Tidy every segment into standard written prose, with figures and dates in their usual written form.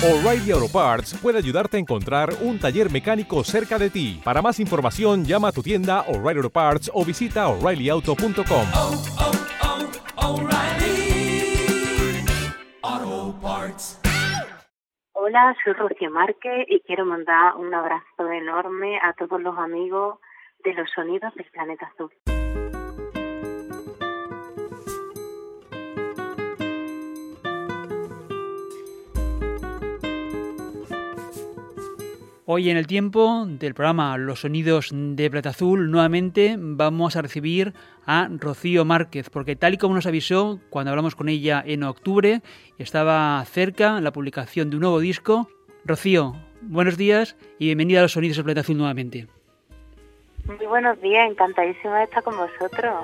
O'Reilly Auto Parts puede ayudarte a encontrar un taller mecánico cerca de ti. Para más información, llama a tu tienda O'Reilly Auto Parts o visita O'ReillyAuto.com. O'Reilly Auto Parts. Hola, soy Rocío Márquez y quiero mandar un abrazo enorme a todos los amigos de los sonidos del planeta azul. Hoy en el tiempo del programa Los Sonidos de Planeta Azul nuevamente vamos a recibir a Rocío Márquez, porque tal y como nos avisó cuando hablamos con ella en octubre, estaba cerca la publicación de un nuevo disco. Rocío, buenos días y bienvenida a Los Sonidos de Planeta Azul nuevamente. Muy buenos días, encantadísima de estar con vosotros.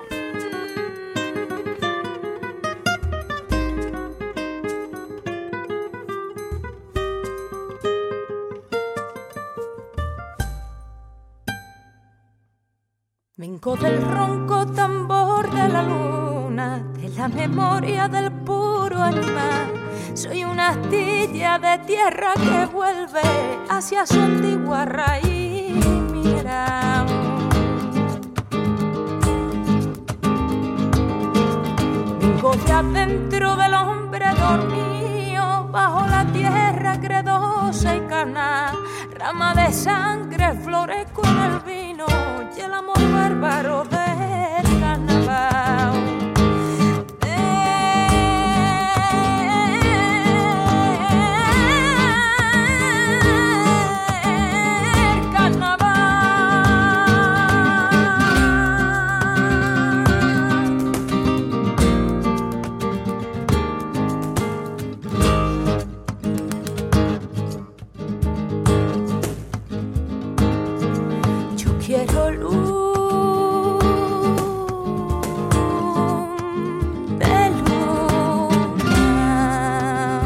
Vengo del ronco tambor de la luna, de la memoria del puro animal. Soy una astilla de tierra que vuelve hacia su antigua raíz mineral. Vengo de adentro del hombre dormido, bajo la tierra credosa y carnal. Rama de sangre, flores con el vino y el amor bárbaro del carnaval. Quiero luz de luna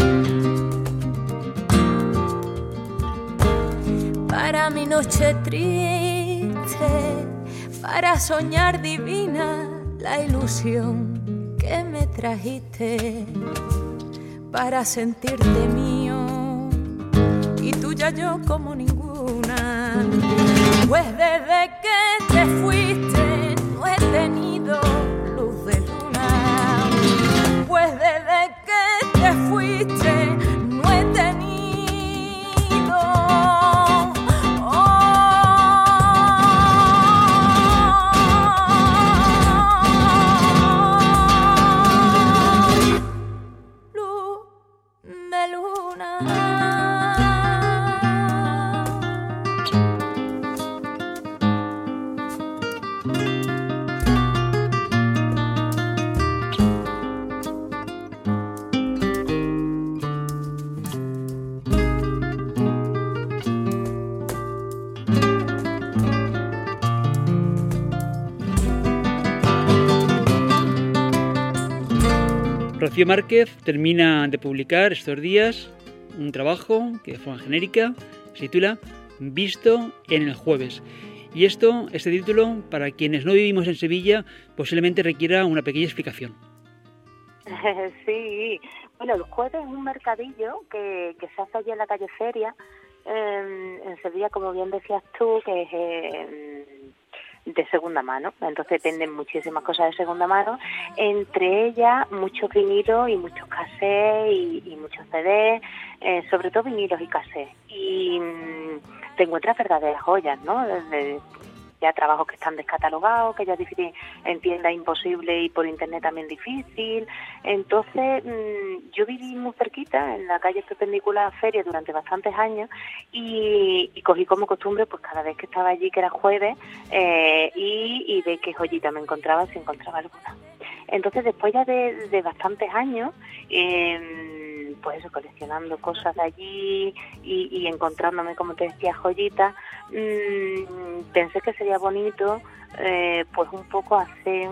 para mi noche triste, para soñar divina la ilusión que me trajiste, para sentirte mío y tuya yo como ninguna. Pues desde que te fuiste no he tenido luz de luna. Pues desde que te fuiste no he tenido luz de luna. Rocío Márquez termina de publicar estos días un trabajo que de forma genérica se titula Visto en el jueves. Y este título, para quienes no vivimos en Sevilla, posiblemente requiera una pequeña explicación. Sí, bueno, el jueves es un mercadillo que se hace allí en la calle Feria, en Sevilla, como bien decías tú, que es de segunda mano. Entonces venden muchísimas cosas de segunda mano, entre ellas muchos vinilos y muchos cassettes y muchos CDs, sobre todo vinilos y cassettes. Y te encuentras verdaderas joyas, ¿no? Desde ya trabajos que están descatalogados, que ya es difícil en tienda imposible y por internet también difícil. Entonces yo viví muy cerquita, en la calle perpendicular a Feria, durante bastantes años, y cogí como costumbre, pues cada vez que estaba allí, que era jueves, y de qué joyita me encontraba, si encontraba alguna. Entonces después ya de bastantes años, pues eso, coleccionando cosas de allí y encontrándome, como te decía, joyitas, pensé que sería bonito pues un poco hacer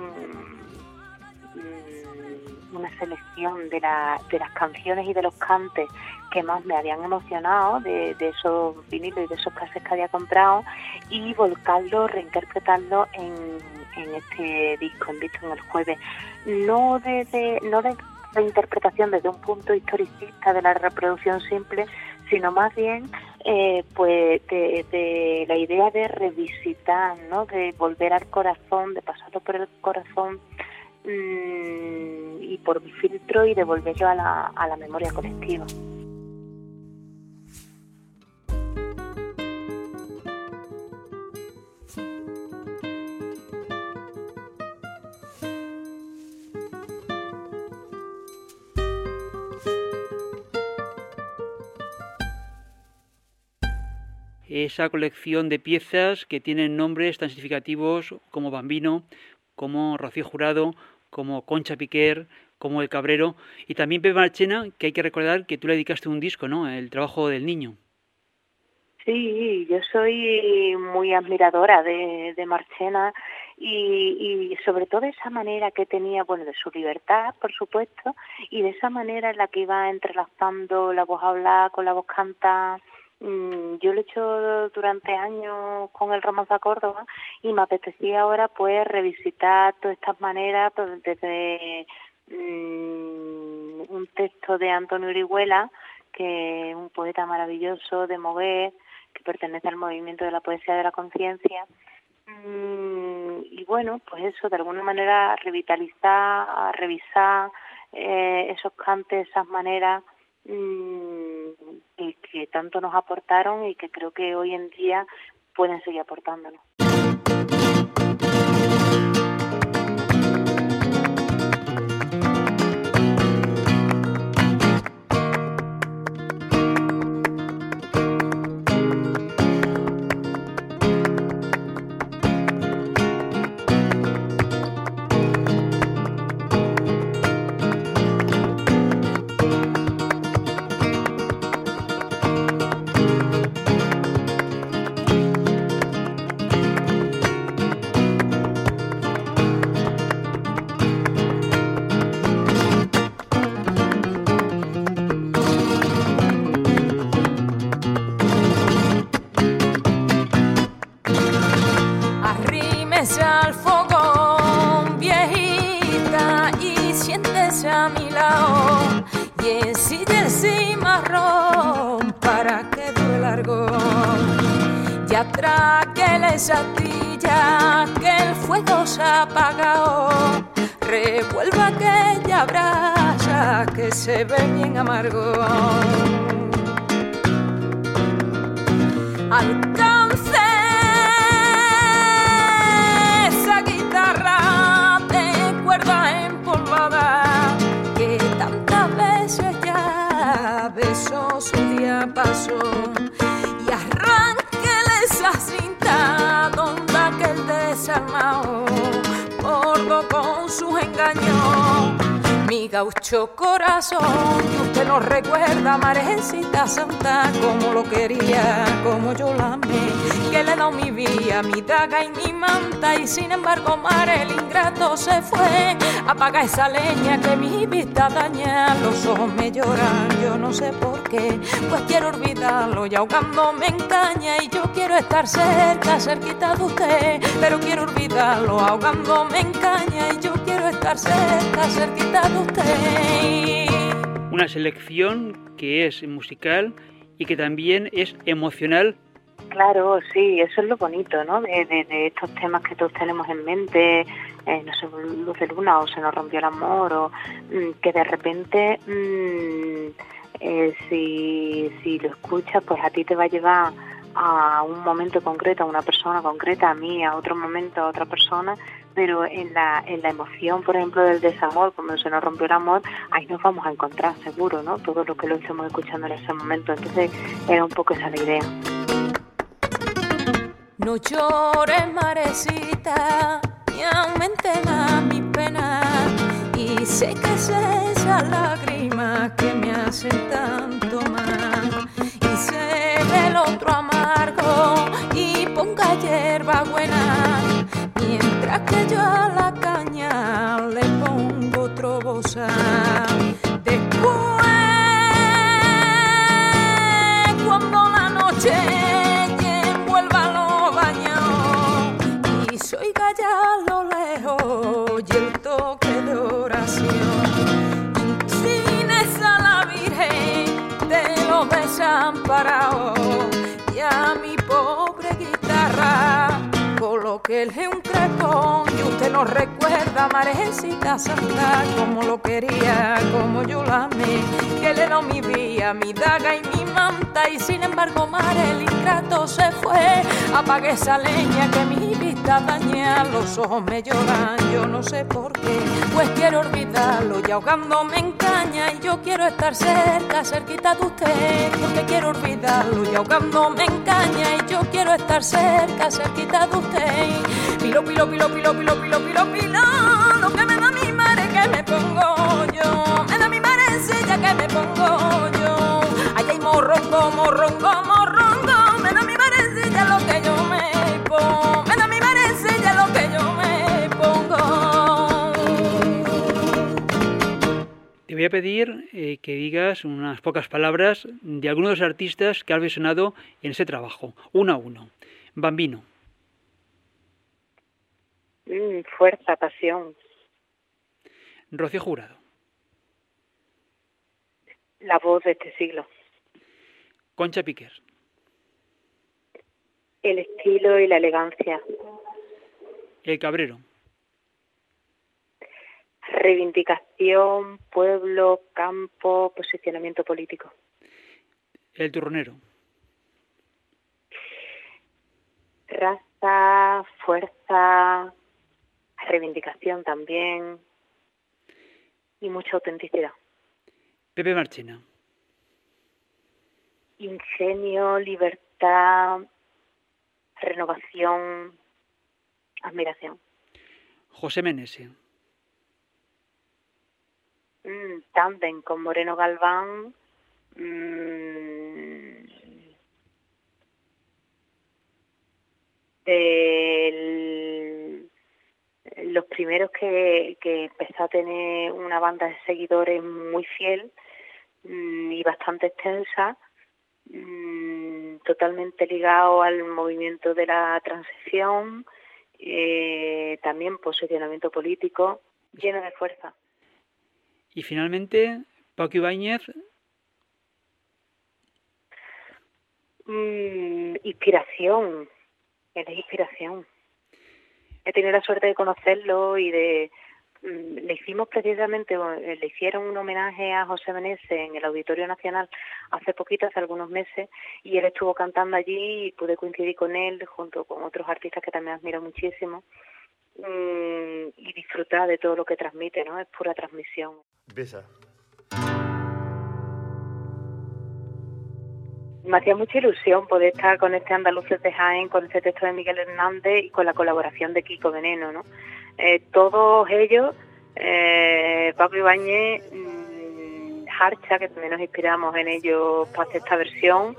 una selección de las canciones y de los cantes que más me habían emocionado de esos vinilos y de esos cassettes que había comprado, y volcarlo, reinterpretarlo en este disco, en Visto en el jueves. No de reinterpretación desde un punto historicista de la reproducción simple, sino más bien pues de la idea de revisitar, ¿no? De volver al corazón, de pasarlo por el corazón y por mi filtro y devolverlo a la memoria colectiva. Esa colección de piezas que tienen nombres tan significativos como Bambino, como Rocío Jurado, como Concha Piquer, como El Cabrero, y también Pepe Marchena, que hay que recordar que tú le dedicaste un disco, ¿no? El trabajo del niño. Sí, yo soy muy admiradora de Marchena y sobre todo esa manera que tenía, bueno, de su libertad, por supuesto, y de esa manera en la que iba entrelazando la voz hablada con la voz cantada. Yo lo he hecho durante años con el Romance a Córdoba y me apetecía ahora pues revisitar todas estas maneras pues, desde un texto de Antonio Orihuela, que es un poeta maravilloso de Moguer, que pertenece al movimiento de la poesía de la conciencia, y bueno, pues eso, de alguna manera revitalizar, revisar esos cantes, esas maneras que tanto nos aportaron y que creo que hoy en día pueden seguir aportándonos. Satilla, que el fuego se ha apagado, revuelva aquella brasa que se ve bien amargo. Alcance esa guitarra de cuerda empolvada que tantas veces ya besó su diapasón y arránquele esa cinta donde aquel desarmado bordo con sus engaños mi gaucho corazón. Y usted nos recuerda, Marecita Santa, como lo quería, como yo la amé, que le he dado mi vida, mi daga y mi manta, y sin embargo, mar, el ingrato se fue. Apaga esa leña que mi vista daña, los ojos me lloran, yo no sé por qué, pues quiero olvidarlo y ahogándome en caña, y yo quiero estar cerca, cerquita de usted, pero quiero olvidarlo ahogándome en caña, y yo quiero estar cerca, cerquita de usted. Una selección que es musical y que también es emocional. Claro, sí, eso es lo bonito, ¿no? De estos temas que todos tenemos en mente, no sé, Luz de Luna o Se nos rompió el amor, o que de repente, si lo escuchas, pues a ti te va a llevar a un momento concreto, a una persona concreta, a mí, a otro momento, a otra persona, pero en la emoción, por ejemplo, del desamor, cuando se nos rompió el amor, ahí nos vamos a encontrar seguro, ¿no? Todo lo que lo estemos escuchando en ese momento. Entonces, era un poco esa la idea. No llores, Marecita, ni aumenten más mis penas, y sé que es esa lágrima que me hacen tanto mal, y sé el otro amargo, y ponga hierba buena, mientras que yo a la caña le pongo otro bozal. Después, cuando la noche envuelva los baños y se oiga ya a lo lejos y el toque de oración, desamparado y a mi pobre guitarra colóquele un crespón y usted lo recuerda, Marecita Santa, como lo quería, como yo la amé, que le doy mi vía, mi daga y mi manta, y sin embargo, mare, el ingrato se fue. Apague esa leña que mi vista daña, los ojos me lloran, yo no sé por qué, pues quiero olvidarlo y ahogándome en caña, y yo quiero estar cerca, cerquita de usted, porque quiero olvidarlo y ahogándome en caña, y yo quiero estar cerca, cerquita de usted. Pilo, pilo, pilo, pilo, pilo, pilo, pilo, pilo, lo que me da mi madre que me pongo yo, me da mi madrecilla que me pongo yo, allá hay morrongo, morrongo, morrongo, me da mi madrecilla lo que yo me pongo, me da mi madrecilla lo que yo me pongo. Te voy a pedir que digas unas pocas palabras de algunos de los artistas que has visionado en ese trabajo, uno a uno. Bambino. Fuerza, pasión. Rocío Jurado. La voz de este siglo. Concha Piquer. El estilo y la elegancia. El Cabrero. Reivindicación, pueblo, campo, posicionamiento político. El Turronero. Raza, fuerza, reivindicación también y mucha autenticidad. Pepe Marchena. Ingenio, libertad, renovación, admiración. José Menese. Tándem con Moreno Galván. Los primeros que empezó a tener una banda de seguidores muy fiel y bastante extensa, totalmente ligado al movimiento de la transición, también posicionamiento político, lleno de fuerza. Y finalmente, Paco Ibáñez. Inspiración. Él es inspiración. He tenido la suerte de conocerlo y le hicieron un homenaje a José Menese en el Auditorio Nacional hace poquito, hace algunos meses, y él estuvo cantando allí y pude coincidir con él junto con otros artistas que también admiro muchísimo y disfrutar de todo lo que transmite, ¿no? Es pura transmisión. Besa. Me hacía mucha ilusión poder estar con este Andaluces de Jaén, con este texto de Miguel Hernández y con la colaboración de Kiko Veneno, ¿no? Todos ellos, Paco Ibáñez, Harcha, que también nos inspiramos en ellos para hacer esta versión,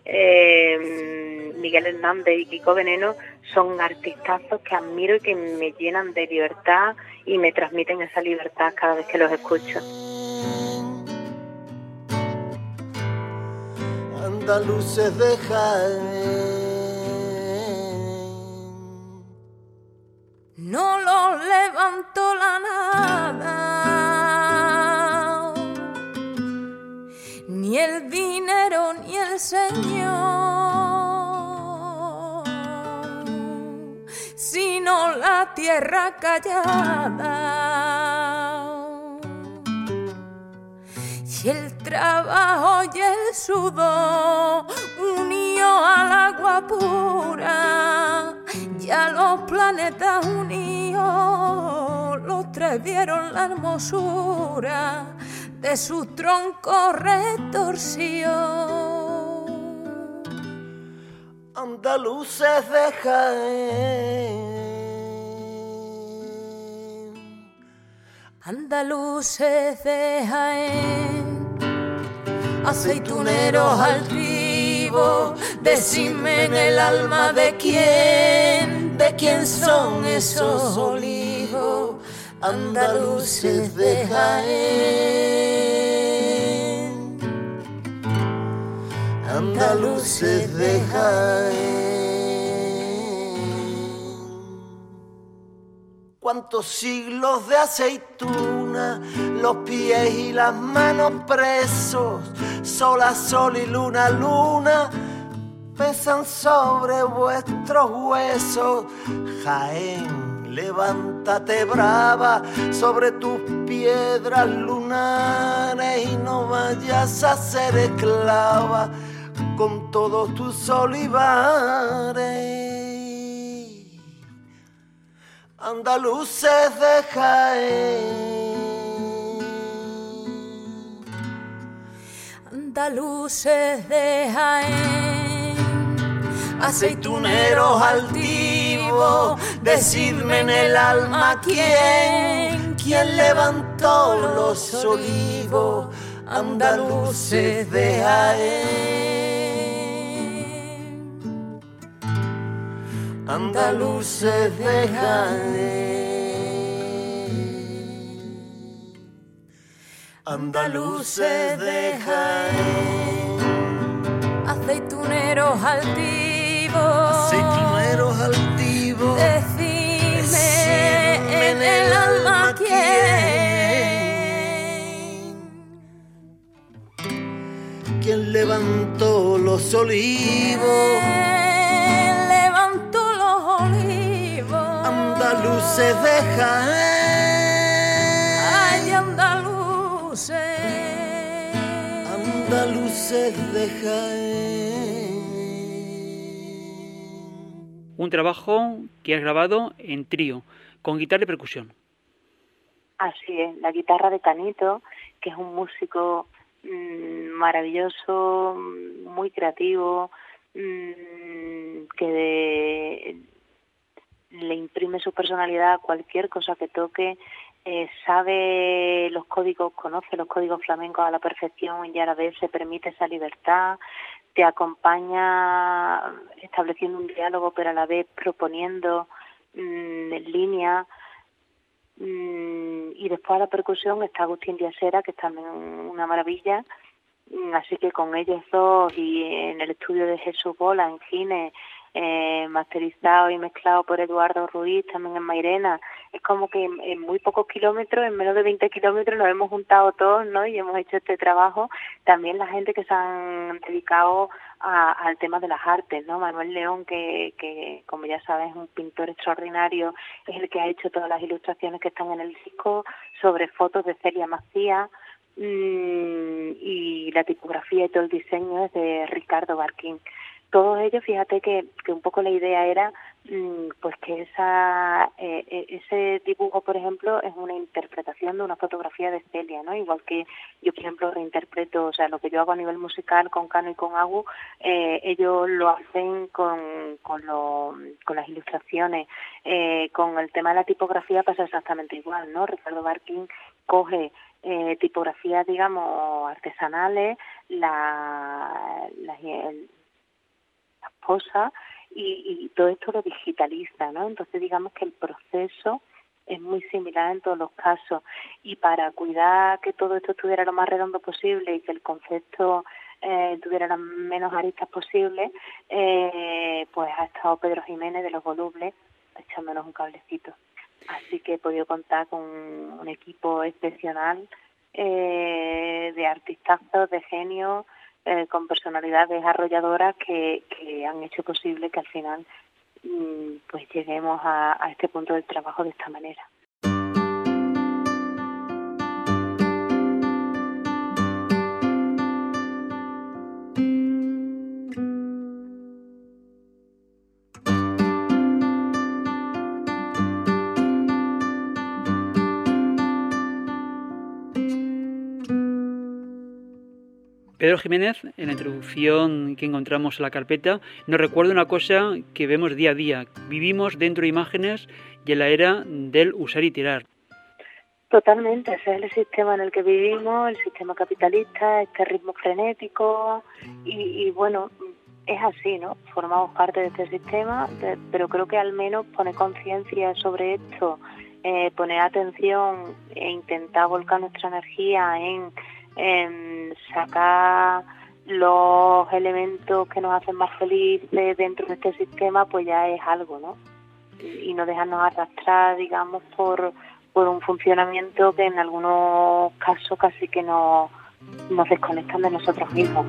Miguel Hernández y Kiko Veneno, son artistazos que admiro y que me llenan de libertad y me transmiten esa libertad cada vez que los escucho. Andaluces de Jaén. No lo levantó la nada, ni el dinero ni el Señor, sino la tierra callada y el trabajo y el sudor unido al agua pura y a los planetas unidos, los tres vieron la hermosura de su tronco retorcido. Andaluces de Jaén. Andaluces de Jaén, aceituneros altivos, decidme en el alma de quién son esos olivos. Andaluces de Jaén, Andaluces de Jaén. Cuántos siglos de aceituna, los pies y las manos presos, sola, sol y luna, luna, pesan sobre vuestros huesos. Jaén, levántate brava sobre tus piedras lunares y no vayas a ser esclava con todos tus olivares. Andaluces de Jaén, andaluces de Jaén, aceituneros altivos, decidme en el alma quién levantó los olivos, andaluces de Jaén, andaluces de Jaén, andaluces de Jaén, aceituneros altivos, aceituneros altivos, decime en el alma quién levantó los olivos, levantó los olivos, andaluces de Jaén, ay andaluces, andaluces de Jaén. Un trabajo que has grabado en trío, con guitarra y percusión. Así es, la guitarra de Canito, que es un músico maravilloso, muy creativo, que le imprime su personalidad a cualquier cosa que toque, sabe los códigos, conoce los códigos flamencos a la perfección y a la vez se permite esa libertad, te acompaña estableciendo un diálogo pero a la vez proponiendo líneas. Y después a la percusión está Agustín Diasera, que es también una maravilla, así que con ellos dos y en el estudio de Jesús Bola en Gine, masterizado y mezclado por Eduardo Ruiz también en Mairena, es como que en muy pocos kilómetros, en menos de 20 kilómetros nos hemos juntado todos, ¿no? Y hemos hecho este trabajo. También la gente que se han dedicado al tema de las artes, ¿no? Manuel León, que como ya sabes es un pintor extraordinario, es el que ha hecho todas las ilustraciones que están en el disco sobre fotos de Celia Macías, y la tipografía y todo el diseño es de Ricardo Barquín. Todos ellos, fíjate que un poco la idea era pues que ese dibujo, por ejemplo, es una interpretación de una fotografía de Celia, ¿no? Igual que yo, por ejemplo, reinterpreto, o sea, lo que yo hago a nivel musical con Cano y con Agu, ellos lo hacen con las ilustraciones. Con el tema de la tipografía pasa exactamente igual, ¿no? Ricardo Barquín coge tipografías, digamos, artesanales, las cosas y todo esto lo digitaliza, ¿no? Entonces digamos que el proceso es muy similar en todos los casos y para cuidar que todo esto estuviera lo más redondo posible y que el concepto tuviera las menos aristas posibles, pues ha estado Pedro Jiménez de Los Volubles echándonos un cablecito. Así que he podido contar con un equipo excepcional de artistazos, de genios, con personalidades arrolladoras que han hecho posible que al final pues lleguemos a este punto del trabajo de esta manera. Pedro Jiménez, en la introducción que encontramos en la carpeta, nos recuerda una cosa que vemos día a día. Vivimos dentro de imágenes y en la era del usar y tirar. Totalmente, ese es el sistema en el que vivimos, el sistema capitalista, este ritmo frenético y bueno, es así, ¿no? Formamos parte de este sistema, pero creo que al menos poner conciencia sobre esto, poner atención e intentar volcar nuestra energía en sacar los elementos que nos hacen más felices dentro de este sistema, pues ya es algo, ¿no? Y no dejarnos arrastrar, digamos, por un funcionamiento que en algunos casos casi que nos nos desconectan de nosotros mismos.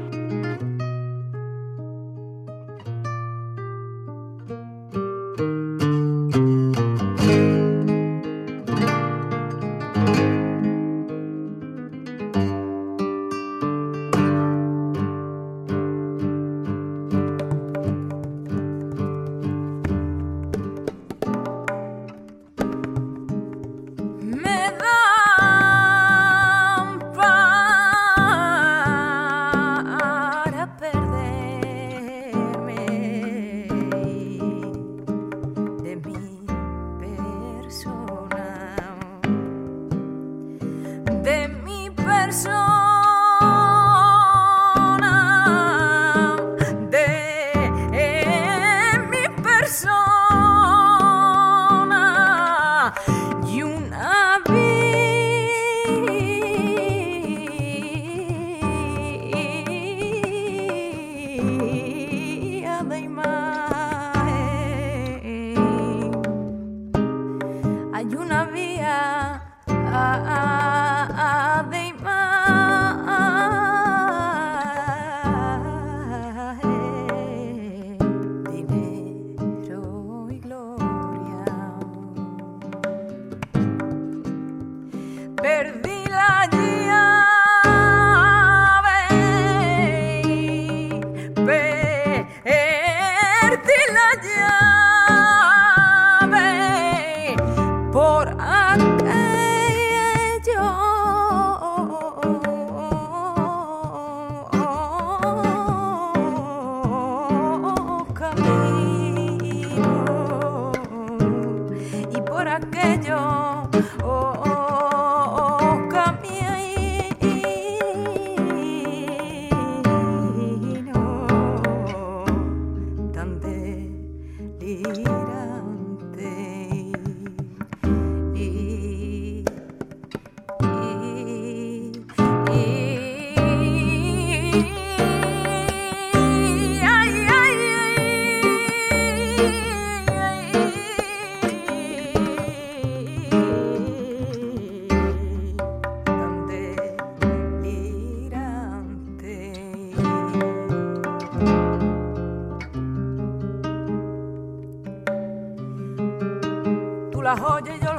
La joya y yo el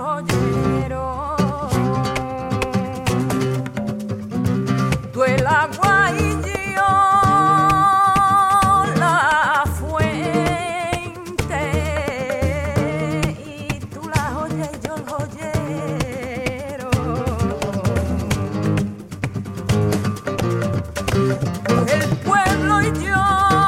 joyero, tú el agua y yo la fuente, y tú la joya y yo el joyero, el pueblo y yo.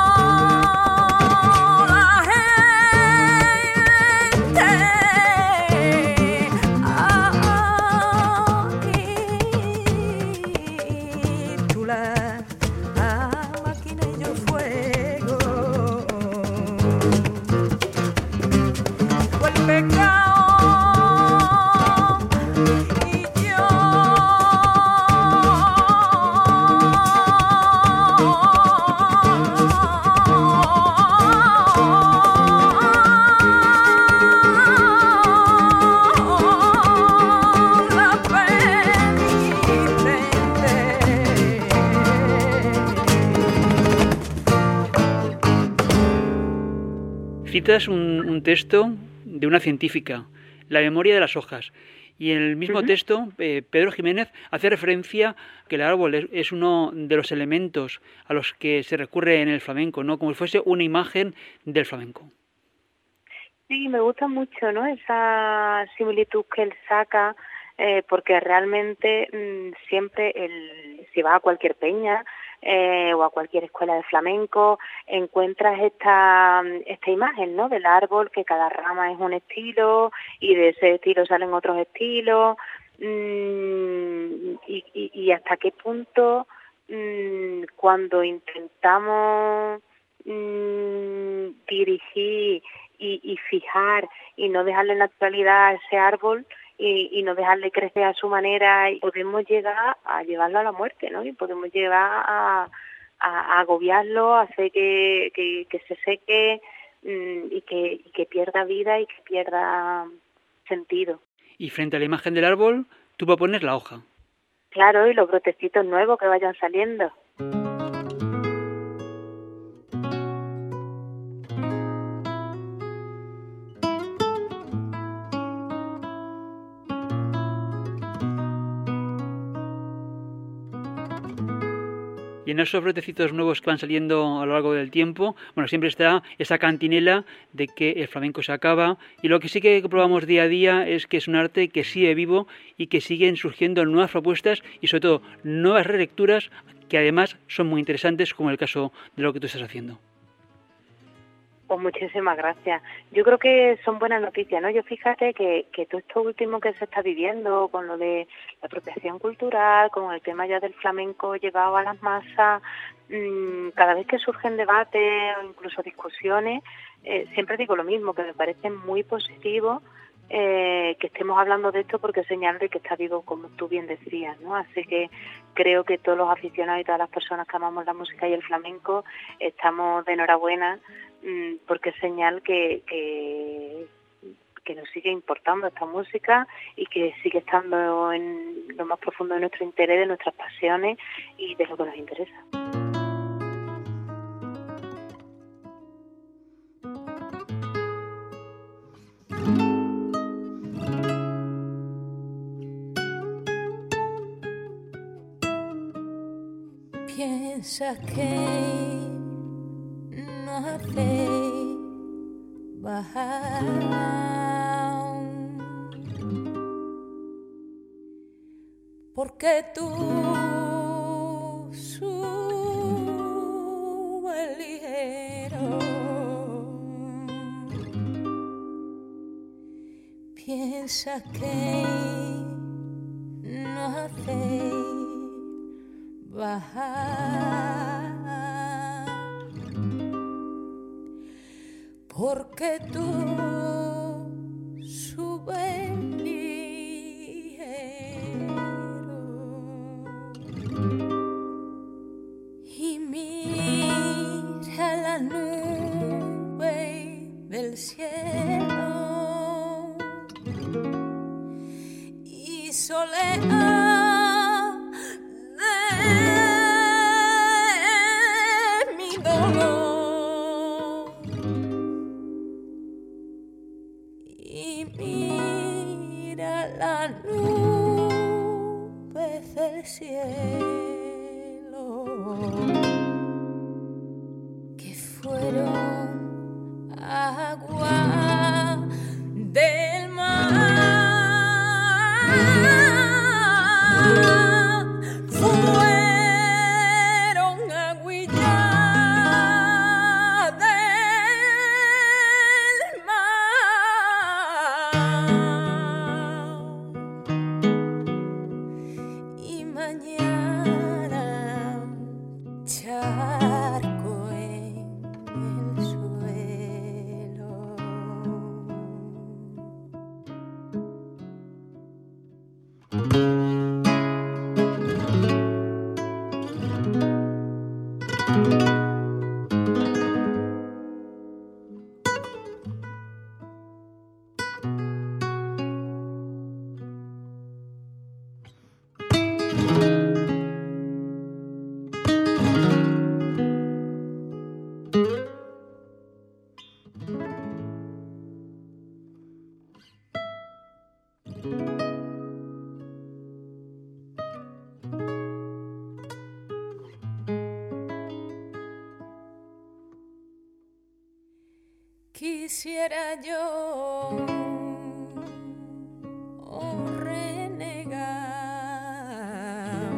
Citas un texto de una científica, La memoria de las hojas, y en el mismo texto Pedro Jiménez hace referencia que el árbol es uno de los elementos a los que se recurre en el flamenco, ¿no? Como si fuese una imagen del flamenco. Sí, me gusta mucho, ¿no? Esa similitud que él saca, porque realmente siempre si vas a cualquier peña o a cualquier escuela de flamenco, encuentras esta imagen, ¿no? Del árbol, que cada rama es un estilo y de ese estilo salen otros estilos, y hasta qué punto cuando intentamos dirigir y fijar y no dejarle naturalidad a ese árbol y no dejarle crecer a su manera, y podemos llegar a llevarlo a la muerte, ¿no? Y podemos llegar a agobiarlo, a hacer que se seque y que pierda vida y que pierda sentido. Y frente a la imagen del árbol, tú propones la hoja. Claro, y los brotecitos nuevos que vayan saliendo. Y en esos brotecitos nuevos que van saliendo a lo largo del tiempo, bueno, siempre está esa cantinela de que el flamenco se acaba, y lo que sí que probamos día a día es que es un arte que sigue vivo y que siguen surgiendo nuevas propuestas y sobre todo nuevas relecturas que además son muy interesantes, como el caso de lo que tú estás haciendo. Pues muchísimas gracias. Yo creo que son buenas noticias, ¿no? Yo fíjate que todo esto último que se está viviendo con lo de la apropiación cultural, con el tema ya del flamenco llevado a las masas, cada vez que surgen debates o incluso discusiones, siempre digo lo mismo, que me parece muy positivo que estemos hablando de esto porque es señal de que está vivo, como tú bien decías, ¿no? Así que creo que todos los aficionados y todas las personas que amamos la música y el flamenco estamos de enhorabuena, porque es señal que nos sigue importando esta música y que sigue estando en lo más profundo de nuestro interés, de nuestras pasiones y de lo que nos interesa. Piensas que no hace bajar porque tú subes ligero. Piensas que no hace bajar porque tú subes ligero y mira la nube del cielo y soleá cielo que fueron agua del mar, fueron agüilla del mar y mañana charco en el suelo. Quisiera yo renegar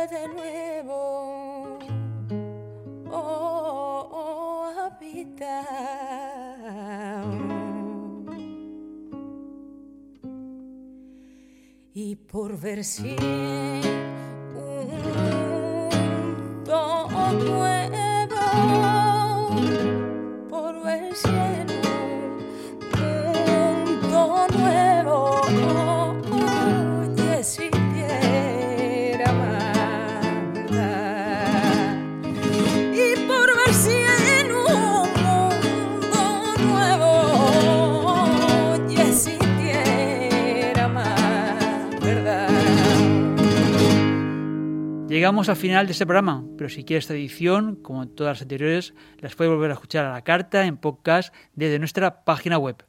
de nuevo habitar. Y por ver si un todo nuevo, por ver si un todo nuevo, oye, si quiera mandar. Y por ver si en un mundo nuevo, oye, si quiera más, ¿verdad? Llegamos al final de este programa, pero si quieres esta edición, como todas las anteriores, las puedes volver a escuchar a la carta en podcast desde nuestra página web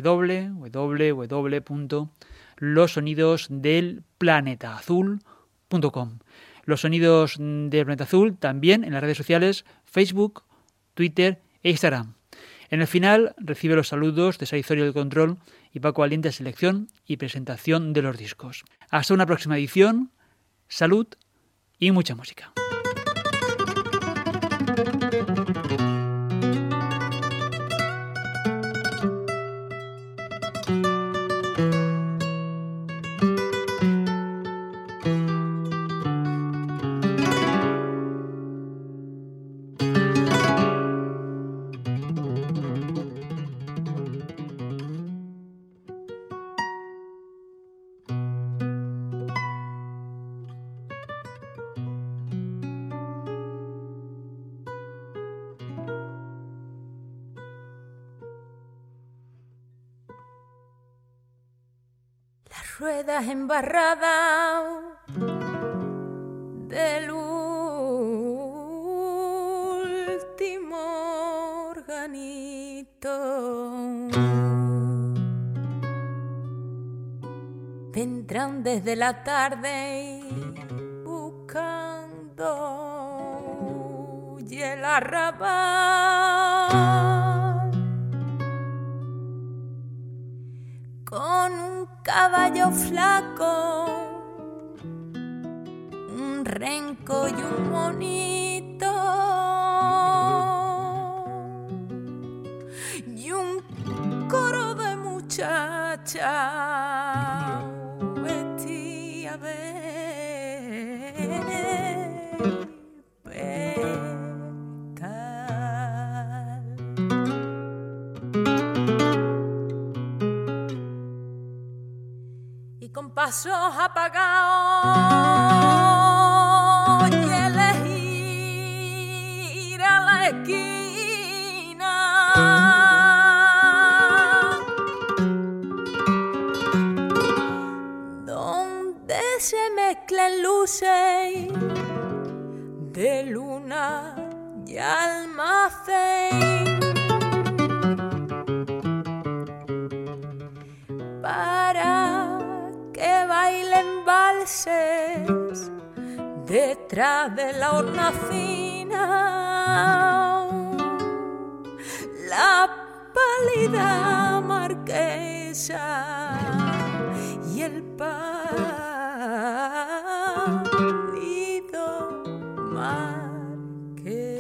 www.losonidosdelplanetaazul.com. Los Sonidos del Planeta Azul también en las redes sociales Facebook, Twitter e Instagram. En el final recibe los saludos de Saizorio del Control y Paco Valiente de selección y presentación de los discos. Hasta una próxima edición, salud y mucha música. Ruedas embarradas del último organito vendrán desde la tarde buscando y el arrabal con un caballo flaco, un renco y un monito y un coro de muchachas vestidas de pescar. Y con pasos apagados y elegir a la esquina donde se mezclan luces de luna y almacén para que bailen valses detrás de la hornacina, la pálida marquesa y el pálido marqués.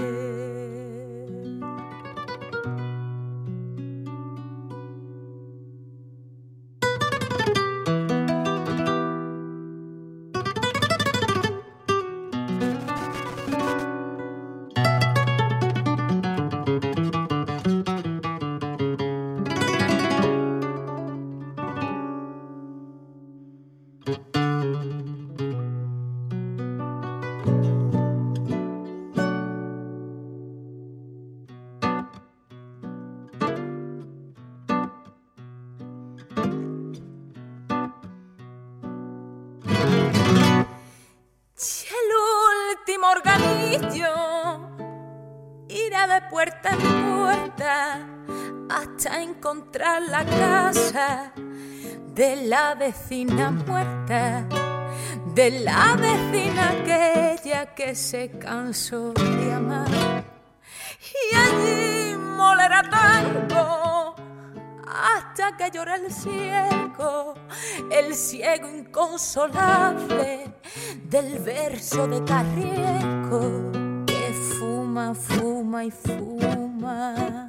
Irá de puerta en puerta hasta encontrar la casa de la vecina muerta, de la vecina aquella que se cansó de amar. Y allí molerá tango hasta que llore el ciego el ciego inconsolable del verso de Carrieco que fuma, fuma y fuma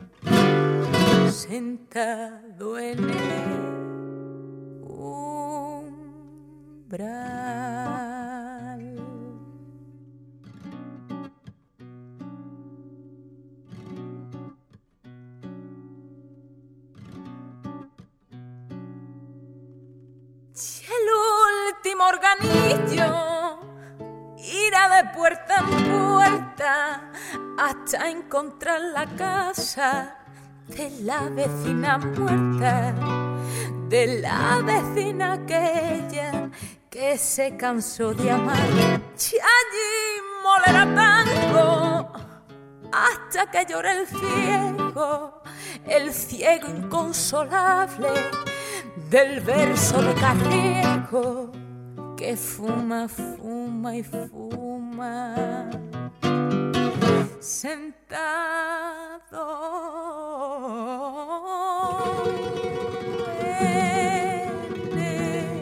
sentado en el umbral. Si el último organillo irá de puerta en puerta hasta encontrar la casa de la vecina muerta, de la vecina aquella que se cansó de amar, y allí molerá tango hasta que llore el ciego inconsolable del verso de Carrieco que fuma, fuma y fuma sentado en el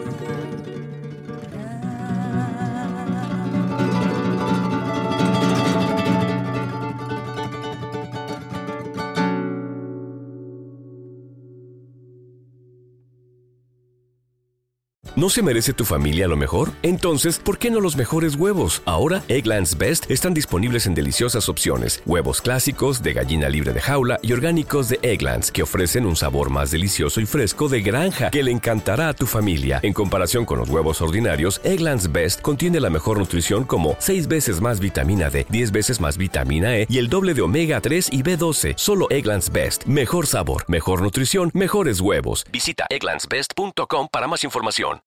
¿No se merece tu familia lo mejor? Entonces, ¿por qué no los mejores huevos? Ahora, Eggland's Best están disponibles en deliciosas opciones. Huevos clásicos, de gallina libre de jaula y orgánicos de Eggland's, que ofrecen un sabor más delicioso y fresco de granja que le encantará a tu familia. En comparación con los huevos ordinarios, Eggland's Best contiene la mejor nutrición como 6 veces más vitamina D, 10 veces más vitamina E y el doble de omega 3 y B12. Solo Eggland's Best. Mejor sabor, mejor nutrición, mejores huevos. Visita egglandsbest.com para más información.